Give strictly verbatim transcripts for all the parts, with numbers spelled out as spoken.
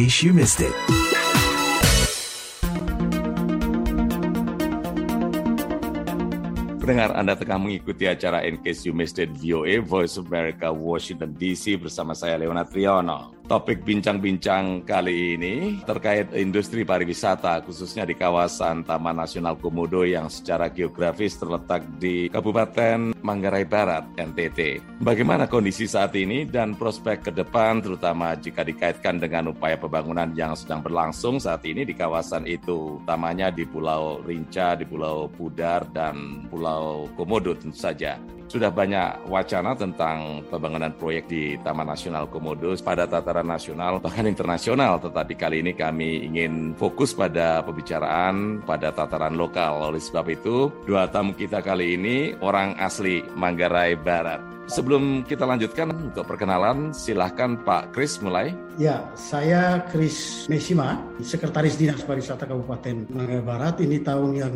case you missed it. Pendengar, Anda tengah mengikuti acara In Case You Missed It V O A, Voice of America, Washington D C bersama saya Leonard Triono. Topik bincang-bincang kali ini terkait industri pariwisata, khususnya di kawasan Taman Nasional Komodo yang secara geografis terletak di Kabupaten Manggarai Barat, N T T. Bagaimana kondisi saat ini dan prospek ke depan, terutama jika dikaitkan dengan upaya pembangunan yang sedang berlangsung saat ini di kawasan itu, utamanya di Pulau Rinca, di Pulau Pudar, dan Pulau Komodo tentu saja. Sudah banyak wacana tentang pembangunan proyek di Taman Nasional Komodo pada tataran nasional bahkan internasional, tetapi kali ini kami ingin fokus pada pembicaraan pada tataran lokal. Oleh sebab itu, dua tamu kita kali ini orang asli Manggarai Barat. Sebelum kita lanjutkan untuk perkenalan, silahkan Pak Kris mulai. Ya, saya Kris Mesima, Sekretaris Dinas Pariwisata Kabupaten Manggarai Barat. Ini tahun yang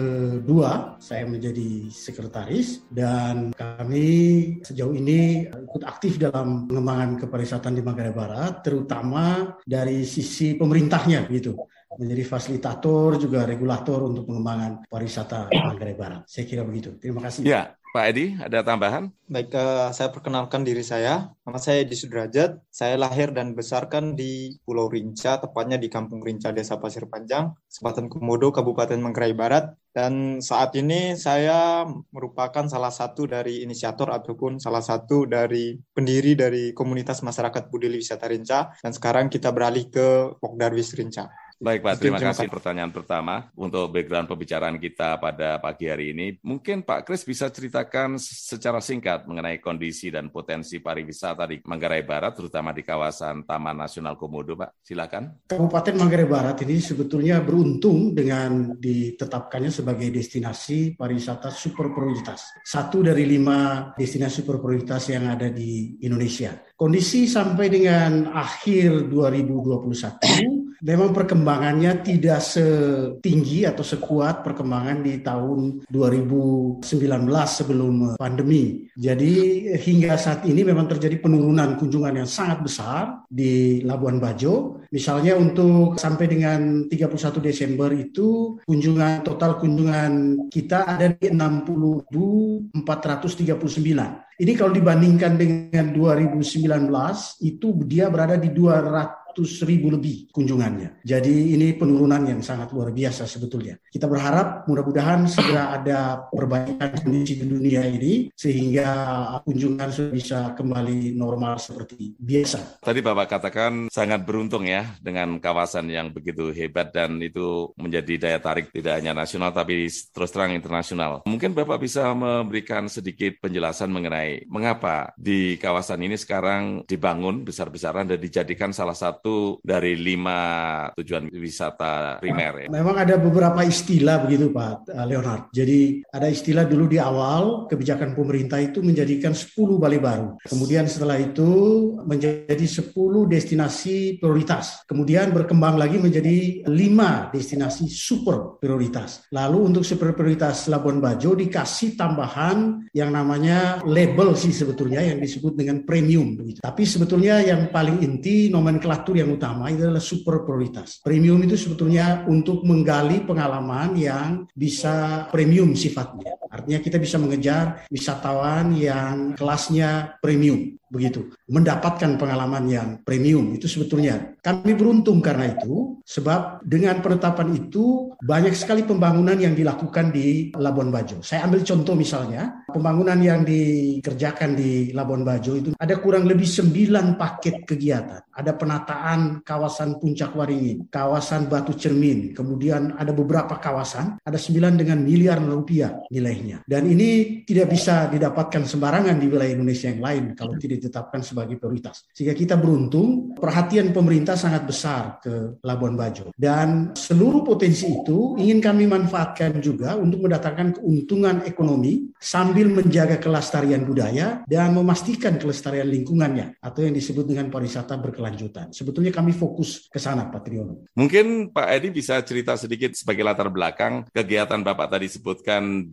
kedua saya menjadi sekretaris, dan kami sejauh ini ikut aktif dalam pengembangan kepariwisataan di Manggarai Barat, terutama dari sisi pemerintahnya gitu. Menjadi fasilitator juga regulator untuk pengembangan pariwisata Manggarai Barat. Saya kira begitu. Terima kasih. Ya, Pak Edi, ada tambahan? Baik, uh, saya perkenalkan diri saya. Nama saya Edi Sudrajat. Saya lahir dan besarkan di Pulau Rinca, tepatnya di Kampung Rinca, Desa Pasir Panjang, Kecamatan Komodo, Kabupaten Manggarai Barat. Dan saat ini saya merupakan salah satu dari inisiator ataupun salah satu dari pendiri dari komunitas masyarakat Budili Wisata Rinca. Dan sekarang kita beralih ke Pokdarwis Rinca. Baik Pak, terima kasih. Pertanyaan pertama untuk background pembicaraan kita pada pagi hari ini. Mungkin Pak Kris bisa ceritakan secara singkat mengenai kondisi dan potensi pariwisata di Manggarai Barat, terutama di kawasan Taman Nasional Komodo, Pak. Silakan. Kabupaten Manggarai Barat ini sebetulnya beruntung dengan ditetapkannya sebagai destinasi pariwisata super prioritas. Satu dari lima destinasi super prioritas yang ada di Indonesia. Kondisi sampai dengan akhir dua ribu dua puluh satu memang perkembangannya tidak setinggi atau sekuat perkembangan di tahun dua ribu sembilan belas sebelum pandemi. Jadi hingga saat ini memang terjadi penurunan kunjungan yang sangat besar di Labuan Bajo. Misalnya untuk sampai dengan tiga puluh satu Desember itu kunjungan total kunjungan kita ada di enam puluh ribu empat ratus tiga puluh sembilan. Ini kalau dibandingkan dengan dua ribu sembilan belas itu dia berada di dua ratus ribu lebih kunjungannya. Jadi ini penurunan yang sangat luar biasa sebetulnya. Kita berharap mudah-mudahan segera ada perbaikan kondisi di dunia ini sehingga kunjungan sudah bisa kembali normal seperti biasa. Tadi Bapak katakan sangat beruntung ya dengan kawasan yang begitu hebat dan itu menjadi daya tarik tidak hanya nasional tapi terus terang internasional. Mungkin Bapak bisa memberikan sedikit penjelasan mengenai mengapa di kawasan ini sekarang dibangun besar-besaran dan dijadikan salah satu dari lima tujuan wisata primer ya. Memang ada beberapa istilah begitu Pak Leonard. Jadi ada istilah dulu di awal kebijakan pemerintah itu menjadikan sepuluh Bali baru. Kemudian setelah itu menjadi sepuluh destinasi prioritas. Kemudian berkembang lagi menjadi lima destinasi super prioritas. Lalu untuk super prioritas Labuan Bajo dikasih tambahan yang namanya label sih sebetulnya yang disebut dengan premium begitu. Tapi sebetulnya yang paling inti nomenklatur yang utama itu adalah super prioritas. Premium itu sebetulnya untuk menggali pengalaman yang bisa premium sifatnya. Artinya kita bisa mengejar wisatawan yang kelasnya premium. Begitu, mendapatkan pengalaman yang premium itu sebetulnya. Kami beruntung karena itu, sebab dengan penetapan itu banyak sekali pembangunan yang dilakukan di Labuan Bajo. Saya ambil contoh misalnya, pembangunan yang dikerjakan di Labuan Bajo itu ada kurang lebih sembilan paket kegiatan. Ada penataan kawasan Puncak Waringin, kawasan Batu Cermin, kemudian ada beberapa kawasan, ada sembilan dengan miliar rupiah nilainya. Dan ini tidak bisa didapatkan sembarangan di wilayah Indonesia yang lain kalau tidak ditetapkan sebagai prioritas. Sehingga kita beruntung, perhatian pemerintah sangat besar ke Labuan Bajo. Dan seluruh potensi itu ingin kami manfaatkan juga untuk mendatangkan keuntungan ekonomi sambil menjaga kelestarian budaya dan memastikan kelestarian lingkungannya atau yang disebut dengan pariwisata berkelanjutan. Sebetulnya kami fokus ke sana, Pak Triono. Mungkin Pak Edi bisa cerita sedikit sebagai latar belakang kegiatan Bapak tadi sebutkan di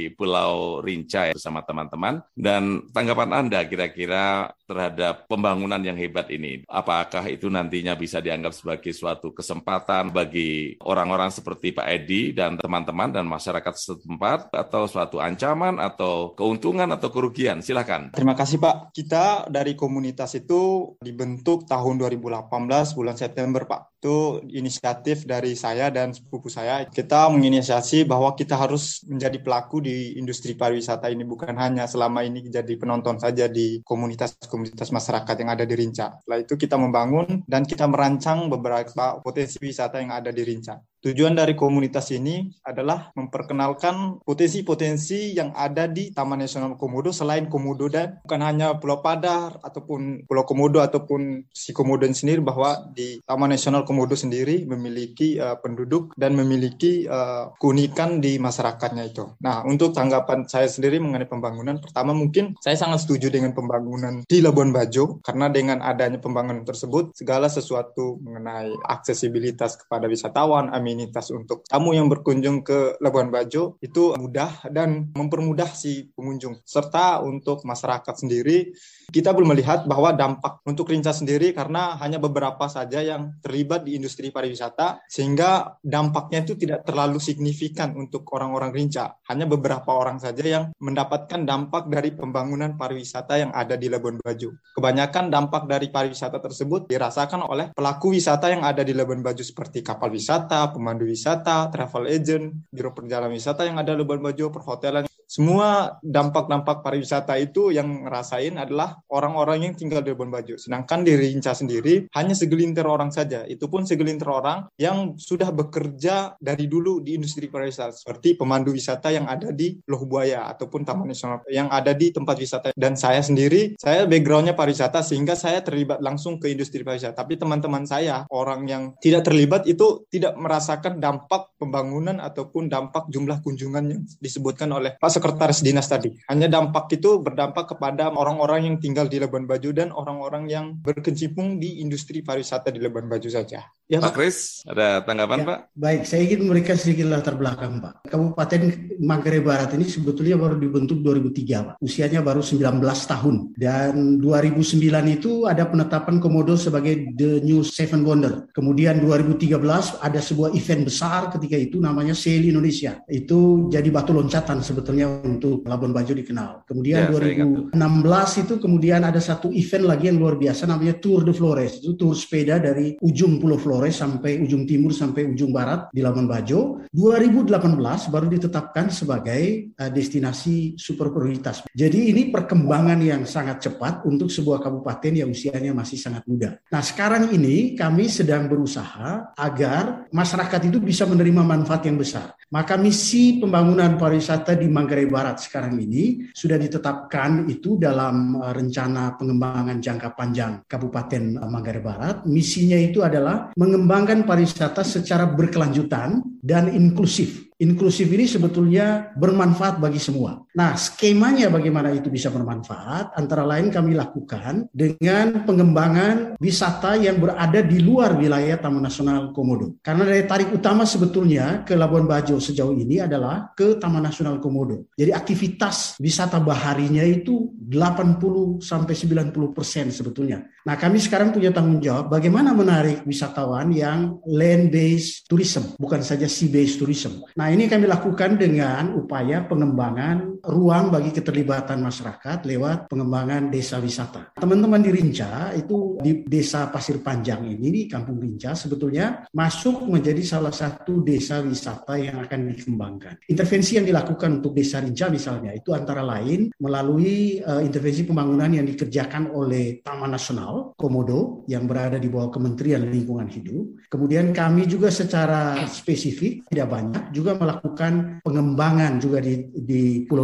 di Pulau Rinca ya, bersama teman-teman. Dan tanggapan Anda kira-kira terhadap pembangunan yang hebat ini, apakah itu nantinya bisa dianggap sebagai suatu kesempatan bagi orang-orang seperti Pak Edi dan teman-teman dan masyarakat setempat, atau suatu ancaman atau keuntungan atau kerugian? Silakan. Terima kasih Pak. Kita dari komunitas itu dibentuk tahun dua ribu delapan belas bulan September Pak. Itu inisiatif dari saya dan sepupu saya. Kita menginisiasi bahwa kita harus menjadi pelaku di industri pariwisata ini, bukan hanya selama ini jadi penonton saja di komunitas-komunitas masyarakat yang ada di Rinca. Setelah itu kita membangun dan kita merancang beberapa potensi wisata yang ada di Rinca. Tujuan dari komunitas ini adalah memperkenalkan potensi-potensi yang ada di Taman Nasional Komodo selain Komodo, dan bukan hanya Pulau Padar ataupun Pulau Komodo ataupun si Komodo sendiri, bahwa di Taman Nasional Komodo sendiri memiliki uh, penduduk dan memiliki uh, keunikan di masyarakatnya itu. Nah, untuk tanggapan saya sendiri mengenai pembangunan, pertama mungkin saya sangat setuju dengan pembangunan di Labuan Bajo, karena dengan adanya pembangunan tersebut segala sesuatu mengenai aksesibilitas kepada wisatawan, amenitas untuk tamu yang berkunjung ke Labuan Bajo itu mudah dan mempermudah si pengunjung. Serta untuk masyarakat sendiri, kita belum melihat bahwa dampak untuk Rinca sendiri karena hanya beberapa saja yang terlibat di industri pariwisata, sehingga dampaknya itu tidak terlalu signifikan untuk orang-orang Rinca. Hanya beberapa orang saja yang mendapatkan dampak dari pembangunan pariwisata yang ada di Labuan Bajo. Kebanyakan dampak dari pariwisata tersebut dirasakan oleh pelaku wisata yang ada di Labuan Bajo seperti kapal wisata, pemandu wisata, travel agent, biro perjalanan wisata yang ada di Labuan Bajo, perhotelan. Semua dampak-dampak pariwisata itu yang ngerasain adalah orang-orang yang tinggal di Labuan Bajo. Sedangkan di Rinca sendiri hanya segelintir orang saja. Itu pun segelintir orang yang sudah bekerja dari dulu di industri pariwisata, seperti pemandu wisata yang ada di Loh Buaya ataupun Taman Nasional yang ada di tempat wisata. Dan saya sendiri, saya backgroundnya pariwisata sehingga saya terlibat langsung ke industri pariwisata. Tapi teman-teman saya, orang yang tidak terlibat itu tidak merasakan dampak pembangunan ataupun dampak jumlah kunjungan yang disebutkan oleh Pak Sekretaris Dinas tadi. Hanya dampak itu berdampak kepada orang-orang yang tinggal di Labuan Bajo dan orang-orang yang berkecimpung di industri pariwisata di Labuan Bajo saja. Ya, Pak Kris, ada tanggapan ya, Pak? Baik, saya ingin memberikan sedikit latar belakang Pak. Kabupaten Manggarai Barat ini sebetulnya baru dibentuk dua ribu tiga Pak. Usianya baru sembilan belas tahun. Dan dua ribu sembilan itu ada penetapan Komodo sebagai The New Seven Wonder. Kemudian dua ribu tiga belas ada sebuah event besar ketika itu namanya Sail Indonesia. Itu jadi batu loncatan sebetulnya untuk Labuan Bajo dikenal. Kemudian ya, dua ribu enam belas itu kemudian ada satu event lagi yang luar biasa namanya Tour de Flores. Itu tour sepeda dari ujung Pulau Flores sampai ujung timur sampai ujung barat di Labuan Bajo. dua ribu delapan belas baru ditetapkan sebagai uh, destinasi super prioritas. Jadi ini perkembangan yang sangat cepat untuk sebuah kabupaten yang usianya masih sangat muda. Nah, sekarang ini kami sedang berusaha agar masyarakat itu bisa menerima manfaat yang besar. Maka misi pembangunan pariwisata di Manggarai Barat sekarang ini sudah ditetapkan itu dalam uh, rencana pengembangan jangka panjang Kabupaten uh, Manggarai Barat. Misinya itu adalah mengembangkan pariwisata secara berkelanjutan dan inklusif. Inklusif ini sebetulnya bermanfaat bagi semua. Nah, skemanya bagaimana itu bisa bermanfaat? Antara lain kami lakukan dengan pengembangan wisata yang berada di luar wilayah Taman Nasional Komodo. Karena daya tarik utama sebetulnya ke Labuan Bajo sejauh ini adalah ke Taman Nasional Komodo. Jadi aktivitas wisata baharinya itu delapan puluh sampai sembilan puluh persen sebetulnya. Nah, kami sekarang punya tanggung jawab bagaimana menarik wisatawan yang land-based tourism, bukan saja sea-based tourism. Nah, ini kami lakukan dengan upaya pengembangan ruang bagi keterlibatan masyarakat lewat pengembangan desa wisata. Teman-teman di Rinca itu di desa Pasir Panjang ini, di Kampung Rinca sebetulnya masuk menjadi salah satu desa wisata yang akan dikembangkan. Intervensi yang dilakukan untuk desa Rinca misalnya itu antara lain melalui uh, intervensi pembangunan yang dikerjakan oleh Taman Nasional Komodo yang berada di bawah Kementerian Lingkungan Hidup. Kemudian kami juga secara spesifik tidak banyak juga melakukan pengembangan juga di, di Pulau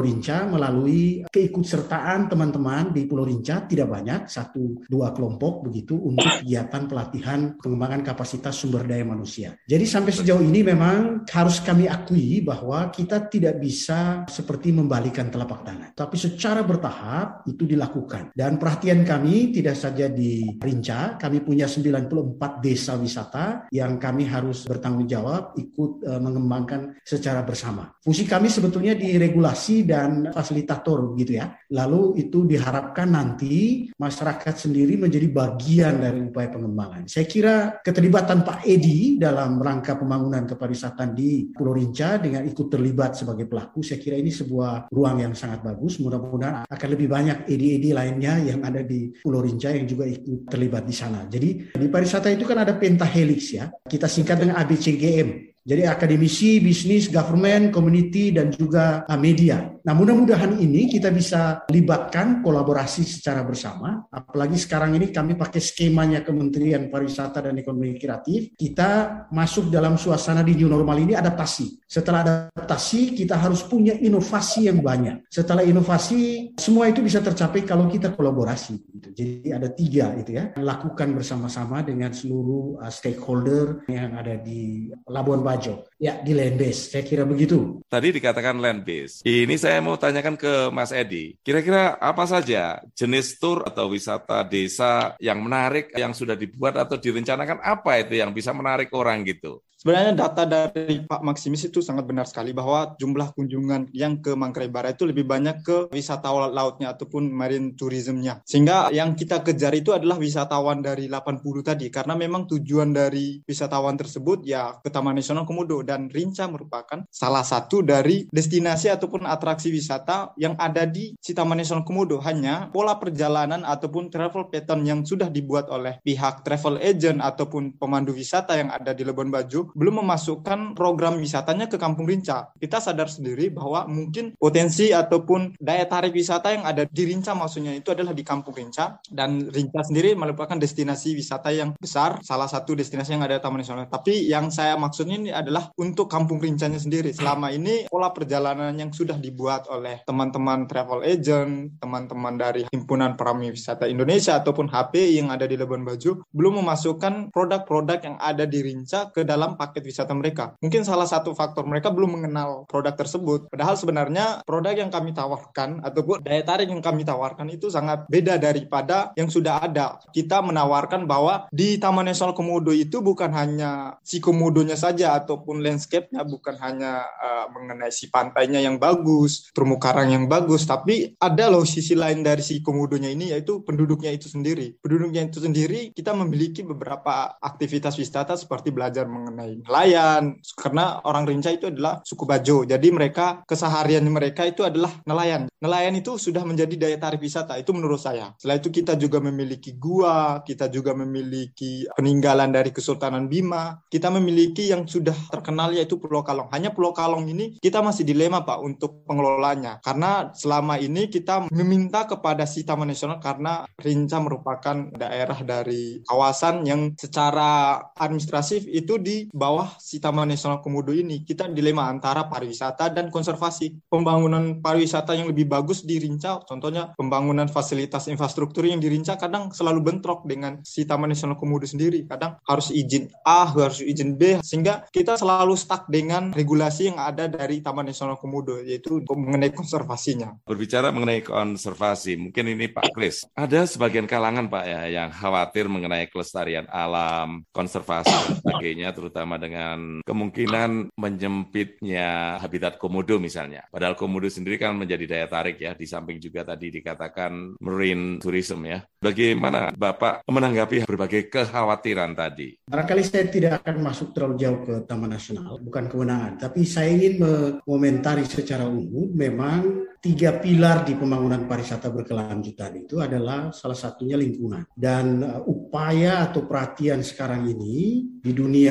Rinca melalui keikutsertaan teman-teman di Pulau Rinca, tidak banyak, satu dua kelompok begitu, untuk kegiatan pelatihan pengembangan kapasitas sumber daya manusia. Jadi sampai sejauh ini memang harus kami akui bahwa kita tidak bisa seperti membalikan telapak tangan, tapi secara bertahap itu dilakukan. Dan perhatian kami tidak saja di Rinca, kami punya sembilan puluh empat desa wisata yang kami harus bertanggung jawab ikut uh, mengembangkan secara bersama. Fungsi kami sebetulnya di regulasi dan fasilitator gitu ya. Lalu itu diharapkan nanti masyarakat sendiri menjadi bagian dari upaya pengembangan. Saya kira keterlibatan Pak Edi dalam rangka pembangunan kepariwisataan di Pulau Rinca dengan ikut terlibat sebagai pelaku, saya kira ini sebuah ruang yang sangat bagus. Mudah-mudahan akan lebih banyak edi-edi lainnya yang ada di Pulau Rinca yang juga ikut terlibat di sana. Jadi di pariwisata itu kan ada pentahelix ya. Kita singkat dengan A B C G M. Jadi akademisi, bisnis, government, community, dan juga media. Nah, mudah-mudahan ini kita bisa libatkan kolaborasi secara bersama. Apalagi sekarang ini kami pakai skemanya Kementerian Pariwisata dan Ekonomi Kreatif. Kita masuk dalam suasana di new normal ini adaptasi. Setelah adaptasi, kita harus punya inovasi yang banyak. Setelah inovasi, semua itu bisa tercapai kalau kita kolaborasi. Jadi ada tiga itu ya. Lakukan bersama-sama dengan seluruh stakeholder yang ada di Labuan Bajo. Ya, di land base, saya kira begitu. Tadi dikatakan land base. Ini saya mau tanyakan ke Mas Edi. Kira-kira apa saja jenis tur atau wisata desa yang menarik, yang sudah dibuat atau direncanakan, apa itu yang bisa menarik orang gitu? Sebenarnya data dari Pak Maximis itu sangat benar sekali bahwa jumlah kunjungan yang ke Mangkurai Barat itu lebih banyak ke wisata lautnya ataupun marine tourismnya. Sehingga yang kita kejar itu adalah wisatawan dari delapan puluh tadi, karena memang tujuan dari wisatawan tersebut ya ke Taman Nasional Komodo, dan Rinca merupakan salah satu dari destinasi ataupun atraksi wisata yang ada di si Taman Nasional Komodo. Hanya pola perjalanan ataupun travel pattern yang sudah dibuat oleh pihak travel agent ataupun pemandu wisata yang ada di Labuan Bajo belum memasukkan program wisatanya ke Kampung Rinca. Kita sadar sendiri bahwa mungkin potensi ataupun daya tarik wisata yang ada di Rinca maksudnya itu adalah di Kampung Rinca, dan Rinca sendiri merupakan destinasi wisata yang besar, salah satu destinasi yang ada di Taman Nasional. Tapi yang saya maksudnya ini adalah untuk Kampung Rincanya sendiri. Selama ini pola perjalanan yang sudah dibuat oleh teman-teman travel agent, teman-teman dari Himpunan Pariwisata Indonesia ataupun H P I yang ada di Labuan Bajo belum memasukkan produk-produk yang ada di Rinca ke dalam paket wisata mereka. Mungkin salah satu faktor mereka belum mengenal produk tersebut. Padahal sebenarnya produk yang kami tawarkan ataupun daya tarik yang kami tawarkan itu sangat beda daripada yang sudah ada. Kita menawarkan bahwa di Taman Nasional Komodo itu bukan hanya si komodonya saja ataupun landscape-nya, bukan hanya uh, mengenai si pantainya yang bagus, terumbu karang yang bagus, tapi ada loh sisi lain dari si komodonya ini, yaitu penduduknya itu sendiri. Penduduknya itu sendiri kita memiliki beberapa aktivitas wisata seperti belajar mengenai nelayan, karena orang Rinca itu adalah suku Bajo, jadi mereka keseharian mereka itu adalah nelayan. Nelayan itu sudah menjadi daya tarik wisata, itu menurut saya. Setelah itu kita juga memiliki gua, kita juga memiliki peninggalan dari Kesultanan Bima, kita memiliki yang sudah terkenal yaitu Pulau Kalong. Hanya Pulau Kalong ini kita masih dilema Pak untuk pengelolanya, karena selama ini kita meminta kepada si Taman Nasional karena Rinca merupakan daerah dari kawasan yang secara administratif itu di bawah si Taman Nasional Komodo ini. Kita dilema antara pariwisata dan konservasi. Pembangunan pariwisata yang lebih bagus di Rinca, contohnya pembangunan fasilitas infrastruktur yang di Rinca kadang selalu bentrok dengan si Taman Nasional Komodo sendiri. Kadang harus izin A, harus izin B, sehingga kita selalu stuck dengan regulasi yang ada dari Taman Nasional Komodo, yaitu mengenai konservasinya. Berbicara mengenai konservasi, mungkin ini Pak Kris, ada sebagian kalangan Pak ya yang khawatir mengenai kelestarian alam, konservasi dan sebagainya, terutama dengan kemungkinan menyempitnya habitat komodo misalnya. Padahal komodo sendiri kan menjadi daya tarik ya, di samping juga tadi dikatakan marine tourism ya. Bagaimana Bapak menanggapi berbagai kekhawatiran tadi? Barangkali saya tidak akan masuk terlalu jauh ke Taman Nasional, bukan kewenangan. Tapi saya ingin mengomentari secara umum, memang tiga pilar di pembangunan pariwisata berkelanjutan itu adalah salah satunya lingkungan. Dan uh, upaya atau perhatian sekarang ini di dunia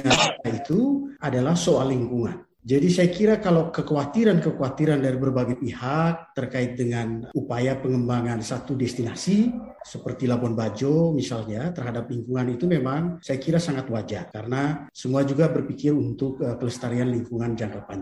itu adalah soal lingkungan. Jadi saya kira kalau kekhawatiran-kekhawatiran dari berbagai pihak terkait dengan upaya pengembangan satu destinasi seperti Labuan Bajo misalnya terhadap lingkungan itu memang saya kira sangat wajar karena semua juga berpikir untuk uh, kelestarian lingkungan jangka panjang.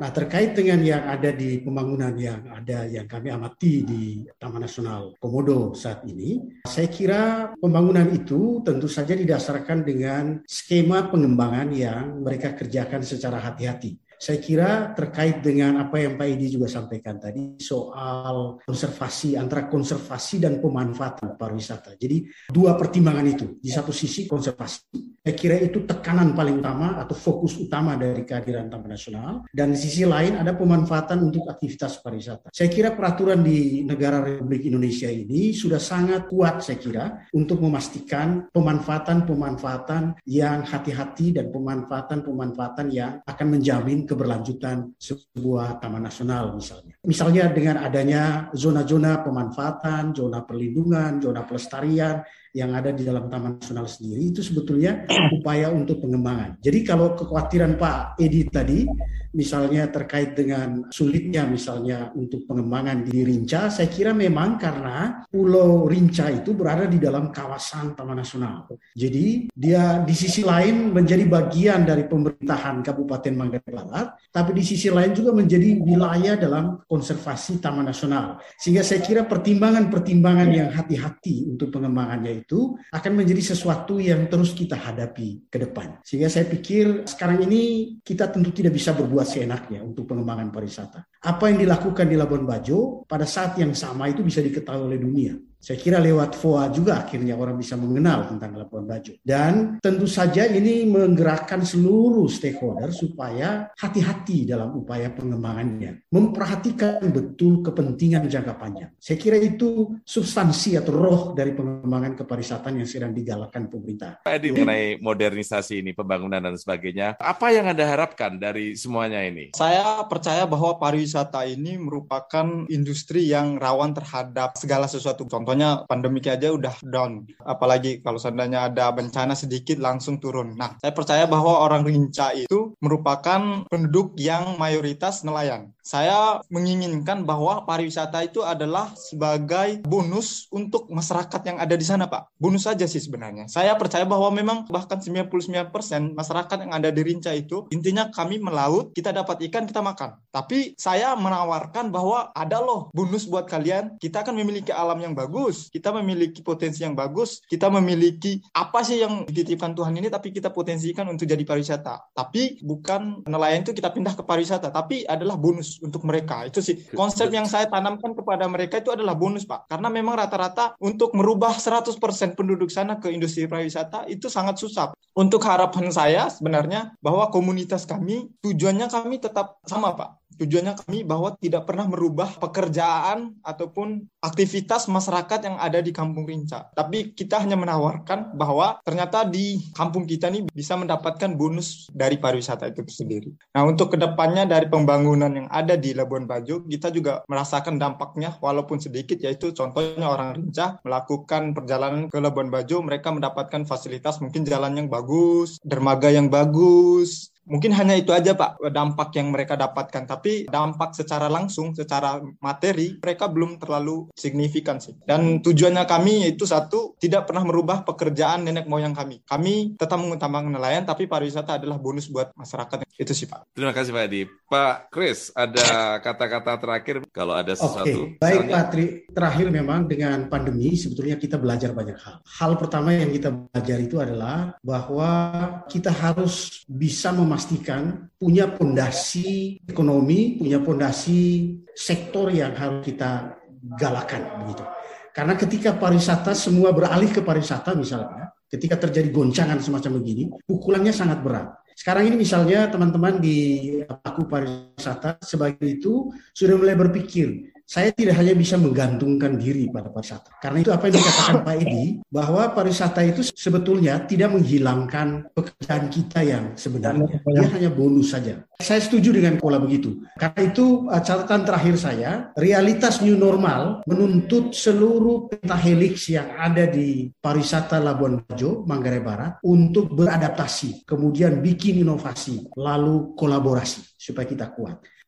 Nah, terkait dengan yang ada di pembangunan yang ada yang kami amati di Taman Nasional Komodo saat ini, saya kira pembangunan itu tentu saja didasarkan dengan skema pengembangan yang mereka kerjakan secara hati-hati. Saya kira terkait dengan apa yang Pak Edi juga sampaikan tadi soal konservasi, antara konservasi dan pemanfaatan pariwisata. Jadi dua pertimbangan itu. Di satu sisi konservasi, saya kira itu tekanan paling utama atau fokus utama dari kehadiran Taman Nasional. Dan di sisi lain ada pemanfaatan untuk aktivitas pariwisata. Saya kira peraturan di negara Republik Indonesia ini sudah sangat kuat saya kira untuk memastikan pemanfaatan-pemanfaatan yang hati-hati dan pemanfaatan-pemanfaatan yang akan menjamin keberlanjutan sebuah taman nasional misalnya. Misalnya dengan adanya zona-zona pemanfaatan, zona perlindungan, zona pelestarian yang ada di dalam Taman Nasional sendiri itu sebetulnya upaya untuk pengembangan. Jadi kalau kekhawatiran Pak Edi tadi misalnya terkait dengan sulitnya misalnya untuk pengembangan di Rinca, saya kira memang karena Pulau Rinca itu berada di dalam kawasan Taman Nasional. Jadi dia di sisi lain menjadi bagian dari pemerintahan Kabupaten Manggarai Barat, tapi di sisi lain juga menjadi wilayah dalam konservasi Taman Nasional. Sehingga saya kira pertimbangan-pertimbangan yang hati-hati untuk pengembangannya itu akan menjadi sesuatu yang terus kita hadapi ke depan. Sehingga saya pikir sekarang ini kita tentu tidak bisa berbuat seenaknya untuk pengembangan pariwisata. Apa yang dilakukan di Labuan Bajo pada saat yang sama itu bisa diketahui oleh dunia. Saya kira lewat F O A juga akhirnya orang bisa mengenal tentang Labuan Bajo. Dan tentu saja ini menggerakkan seluruh stakeholder supaya hati-hati dalam upaya pengembangannya. Memperhatikan betul kepentingan jangka panjang. Saya kira itu substansi atau roh dari pengembangan kepariwisataan yang sedang digalakkan pemerintah. Pak Edi, mengenai modernisasi ini, pembangunan dan sebagainya, apa yang Anda harapkan dari semuanya ini? Saya percaya bahwa pariwisata ini merupakan industri yang rawan terhadap segala sesuatu. Contohnya pandemi aja udah down, apalagi kalau seandainya ada bencana sedikit langsung turun. Nah, saya percaya bahwa orang Rinca itu merupakan penduduk yang mayoritas nelayan. Saya menginginkan bahwa pariwisata itu adalah sebagai bonus untuk masyarakat yang ada di sana, Pak. Bonus saja sih sebenarnya. Saya percaya bahwa memang bahkan sembilan puluh sembilan persen masyarakat yang ada di Rinca itu intinya kami melaut, kita dapat ikan, kita makan. Tapi saya menawarkan bahwa ada loh bonus buat kalian. Kita kan memiliki alam yang bagus, kita memiliki potensi yang bagus, kita memiliki apa sih yang dititipkan Tuhan ini, tapi kita potensikan untuk jadi pariwisata. Tapi bukan nelayan itu kita pindah ke pariwisata, tapi adalah bonus untuk mereka. Itu sih konsep yang saya tanamkan kepada mereka, itu adalah bonus, Pak. Karena memang rata-rata untuk merubah seratus persen penduduk sana ke industri pariwisata itu sangat susah. Untuk harapan saya sebenarnya bahwa komunitas kami, tujuannya kami tetap sama, Pak. Tujuannya kami bahwa tidak pernah merubah pekerjaan ataupun aktivitas masyarakat yang ada di Kampung Rinca. Tapi kita hanya menawarkan bahwa ternyata di kampung kita ini bisa mendapatkan bonus dari pariwisata itu sendiri. Nah, untuk kedepannya dari pembangunan yang ada di Labuan Bajo, kita juga merasakan dampaknya walaupun sedikit, yaitu contohnya orang Rinca melakukan perjalanan ke Labuan Bajo, mereka mendapatkan fasilitas mungkin jalan yang bagus, dermaga yang bagus. Mungkin hanya itu aja, Pak, dampak yang mereka dapatkan. Tapi dampak secara langsung, secara materi, mereka belum terlalu signifikan sih. Dan tujuannya kami yaitu satu, tidak pernah merubah pekerjaan nenek moyang kami. Kami tetap mengutamakan nelayan, tapi pariwisata adalah bonus buat masyarakat. Itu sih, Pak. Terima kasih, Pak Edi. Pak Kris, ada kata-kata terakhir kalau ada sesuatu? Oke, baik Pak Tri. Terakhir memang dengan pandemi sebetulnya kita belajar banyak hal. Hal pertama yang kita belajar itu adalah bahwa kita harus bisa mem memastikan punya pondasi ekonomi, punya pondasi sektor yang harus kita galakan begitu. Karena ketika pariwisata semua beralih ke pariwisata misalnya, ketika terjadi goncangan semacam begini, pukulannya sangat berat. Sekarang ini misalnya teman-teman di pelaku pariwisata sebagai itu sudah mulai berpikir, saya tidak hanya bisa menggantungkan diri pada pariwisata. Karena itu apa yang dikatakan Pak Edi, bahwa pariwisata itu sebetulnya tidak menghilangkan pekerjaan kita yang sebenarnya. Dia hanya bonus saja. Saya setuju dengan pola begitu. Karena itu catatan terakhir saya, realitas new normal menuntut seluruh pentahelix yang ada di pariwisata Labuan Bajo, Manggarai Barat, untuk beradaptasi, kemudian bikin inovasi, lalu kolaborasi supaya kita kuat.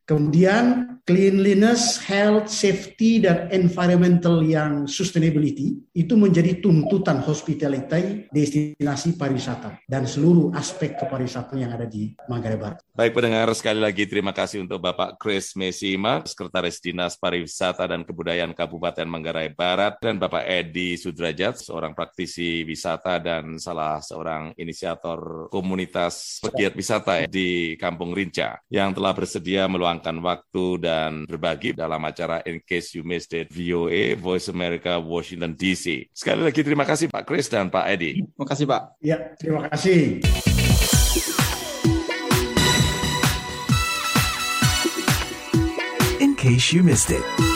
Kemudian cleanliness, health, safety, dan environmental yang sustainability itu menjadi tuntutan hospitality destinasi pariwisata dan seluruh aspek kepariwisataan yang ada di Manggarai Barat. Baik pendengar, sekali lagi terima kasih untuk Bapak Chris Mesima, Sekretaris Dinas Pariwisata dan Kebudayaan Kabupaten Manggarai Barat, dan Bapak Edi Sudrajat, seorang praktisi wisata dan salah seorang inisiator komunitas pegiat wisata di Kampung Rinca, yang telah bersedia meluangkan waktu dan berbagi dalam acara In Case You Missed It V O A Voice America Washington D C. Sekali lagi terima kasih Pak Chris dan Pak Edi. Terima kasih Pak. Ya, terima kasih. In Case You Missed It.